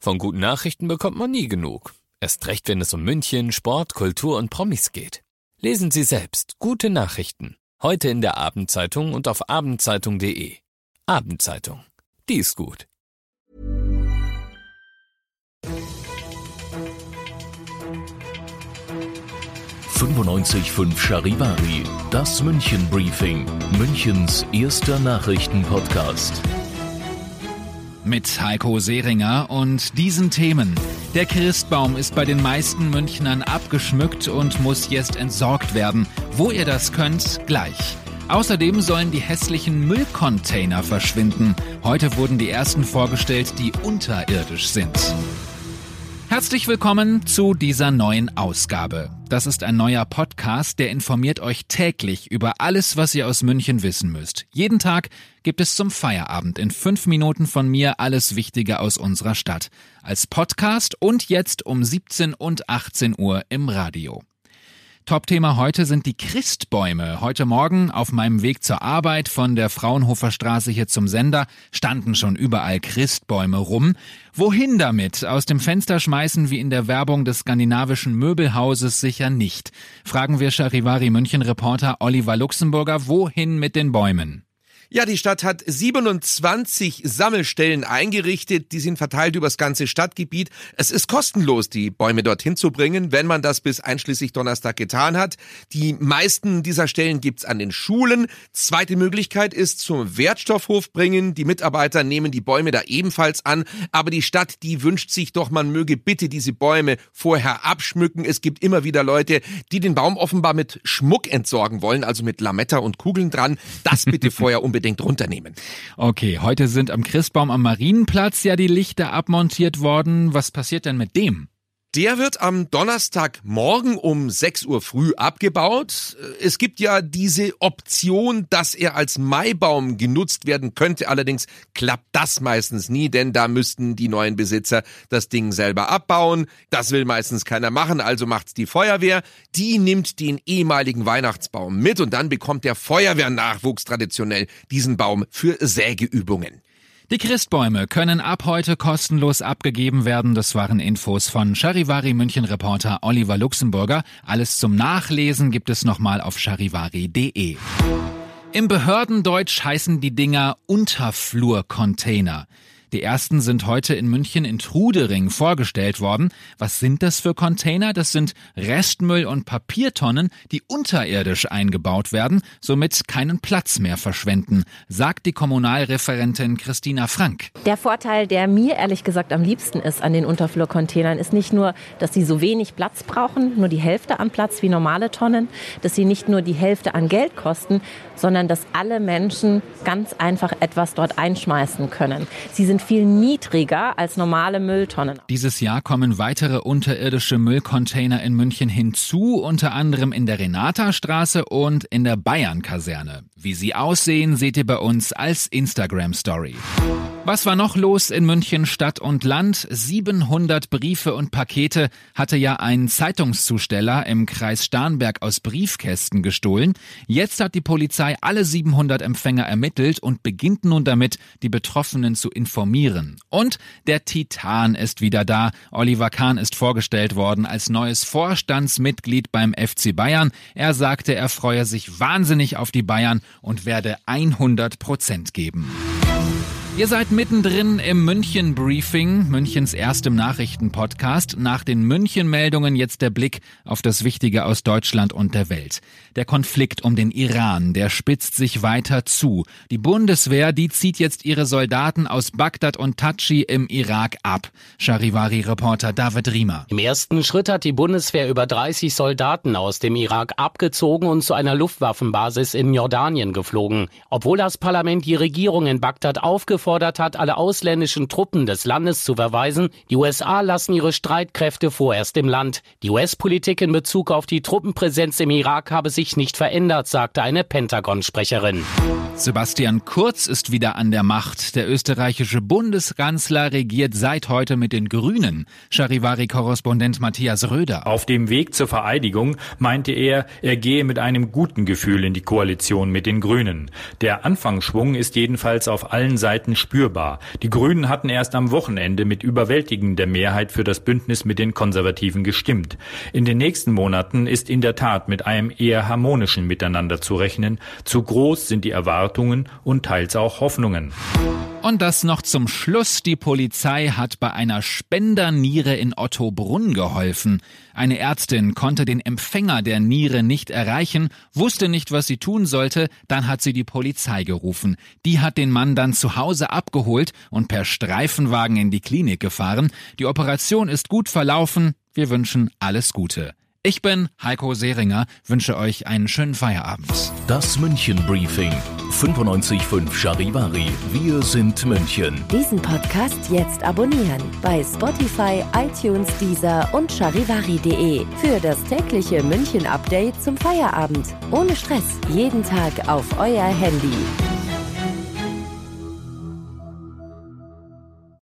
Von guten Nachrichten bekommt man nie genug. Erst recht, wenn es um München, Sport, Kultur und Promis geht. Lesen Sie selbst gute Nachrichten. Heute in der Abendzeitung und auf abendzeitung.de. Abendzeitung. Die ist gut. 95.5 Charivari, das München Briefing, Münchens erster Nachrichtenpodcast. Mit Heiko Seringer und diesen Themen. Der Christbaum ist bei den meisten Münchnern abgeschmückt und muss jetzt entsorgt werden. Wo ihr das könnt, gleich. Außerdem sollen die hässlichen Müllcontainer verschwinden. Heute wurden die ersten vorgestellt, die unterirdisch sind. Herzlich willkommen zu dieser neuen Ausgabe. Das ist ein neuer Podcast, der informiert euch täglich über alles, was ihr aus München wissen müsst. Jeden Tag gibt es zum Feierabend in 5 Minuten von mir alles Wichtige aus unserer Stadt. Als Podcast und jetzt um 17 und 18 Uhr im Radio. Top-Thema heute sind die Christbäume. Heute Morgen auf meinem Weg zur Arbeit von der Fraunhofer Straße hier zum Sender standen schon überall Christbäume rum. Wohin damit? Aus dem Fenster schmeißen wie in der Werbung des skandinavischen Möbelhauses sicher nicht. Fragen wir Charivari München-Reporter Oliver Luxemburger, wohin mit den Bäumen? Ja, die Stadt hat 27 Sammelstellen eingerichtet, die sind verteilt über das ganze Stadtgebiet. Es ist kostenlos, die Bäume dorthin zu bringen, wenn man das bis einschließlich Donnerstag getan hat. Die meisten dieser Stellen gibt's an den Schulen. Zweite Möglichkeit ist zum Wertstoffhof bringen. Die Mitarbeiter nehmen die Bäume da ebenfalls an, aber die Stadt, die wünscht sich doch, man möge bitte diese Bäume vorher abschmücken. Es gibt immer wieder Leute, die den Baum offenbar mit Schmuck entsorgen wollen, also mit Lametta und Kugeln dran. Das bitte vorher unbedingt runternehmen. Okay, heute sind am Christbaum am Marienplatz ja die Lichter abmontiert worden. Was passiert denn mit dem? Der wird am Donnerstagmorgen um 6 Uhr früh abgebaut. Es gibt ja diese Option, dass er als Maibaum genutzt werden könnte. Allerdings klappt das meistens nie, denn da müssten die neuen Besitzer das Ding selber abbauen. Das will meistens keiner machen, also macht's die Feuerwehr. Die nimmt den ehemaligen Weihnachtsbaum mit und dann bekommt der Feuerwehrnachwuchs traditionell diesen Baum für Sägeübungen. Die Christbäume können ab heute kostenlos abgegeben werden. Das waren Infos von Charivari München-Reporter Oliver Luxemburger. Alles zum Nachlesen gibt es nochmal auf charivari.de. Im Behördendeutsch heißen die Dinger Unterflurcontainer. Die ersten sind heute in München in Trudering vorgestellt worden. Was sind das für Container? Das sind Restmüll und Papiertonnen, die unterirdisch eingebaut werden, somit keinen Platz mehr verschwenden, sagt die Kommunalreferentin Christina Frank. Der Vorteil, der mir ehrlich gesagt am liebsten ist an den Unterflurcontainern, ist nicht nur, dass sie so wenig Platz brauchen, nur die Hälfte an Platz wie normale Tonnen, dass sie nicht nur die Hälfte an Geld kosten, sondern dass alle Menschen ganz einfach etwas dort einschmeißen können. Sie sind viel niedriger als normale Mülltonnen. Dieses Jahr kommen weitere unterirdische Müllcontainer in München hinzu, unter anderem in der Renatastraße und in der Bayern-Kaserne. Wie sie aussehen, seht ihr bei uns als Instagram-Story. Was war noch los in München Stadt und Land? 700 Briefe und Pakete hatte ja ein Zeitungszusteller im Kreis Starnberg aus Briefkästen gestohlen. Jetzt hat die Polizei alle 700 Empfänger ermittelt und beginnt nun damit, die Betroffenen zu informieren. Und der Titan ist wieder da. Oliver Kahn ist vorgestellt worden als neues Vorstandsmitglied beim FC Bayern. Er sagte, er freue sich wahnsinnig auf die Bayern und werde 100% geben. Ihr seid mittendrin im München-Briefing, Münchens erstem Nachrichtenpodcast. Nach den München-Meldungen jetzt der Blick auf das Wichtige aus Deutschland und der Welt. Der Konflikt um den Iran, der spitzt sich weiter zu. Die Bundeswehr, die zieht jetzt ihre Soldaten aus Bagdad und Tadschi im Irak ab. Charivari-Reporter David Riemer. Im ersten Schritt hat die Bundeswehr über 30 Soldaten aus dem Irak abgezogen und zu einer Luftwaffenbasis in Jordanien geflogen. Obwohl das Parlament die Regierung in Bagdad aufgefordert hat, alle ausländischen Truppen des Landes zu verweisen. Die USA lassen ihre Streitkräfte vorerst im Land. Die US-Politik in Bezug auf die Truppenpräsenz im Irak habe sich nicht verändert, sagte eine Pentagon-Sprecherin. Sebastian Kurz ist wieder an der Macht. Der österreichische Bundeskanzler regiert seit heute mit den Grünen. Charivari-Korrespondent Matthias Röder. Auf dem Weg zur Vereidigung meinte er gehe mit einem guten Gefühl in die Koalition mit den Grünen. Der Anfangsschwung ist jedenfalls auf allen Seiten Mehrheiten spürbar. Die Grünen hatten erst am Wochenende mit überwältigender Mehrheit für das Bündnis mit den Konservativen gestimmt. In den nächsten Monaten ist in der Tat mit einem eher harmonischen Miteinander zu rechnen. Zu groß sind die Erwartungen und teils auch Hoffnungen. Und das noch zum Schluss. Die Polizei hat bei einer Spenderniere in Ottobrunn geholfen. Eine Ärztin konnte den Empfänger der Niere nicht erreichen, wusste nicht, was sie tun sollte, dann hat sie die Polizei gerufen. Die hat den Mann dann zu Hause abgeholt und per Streifenwagen in die Klinik gefahren. Die Operation ist gut verlaufen. Wir wünschen alles Gute. Ich bin Heiko Seringer, wünsche euch einen schönen Feierabend. Das München Briefing, 95.5 Charivari. Wir sind München. Diesen Podcast jetzt abonnieren bei Spotify, iTunes, Deezer und charivari.de für das tägliche München-Update zum Feierabend. Ohne Stress, jeden Tag auf euer Handy.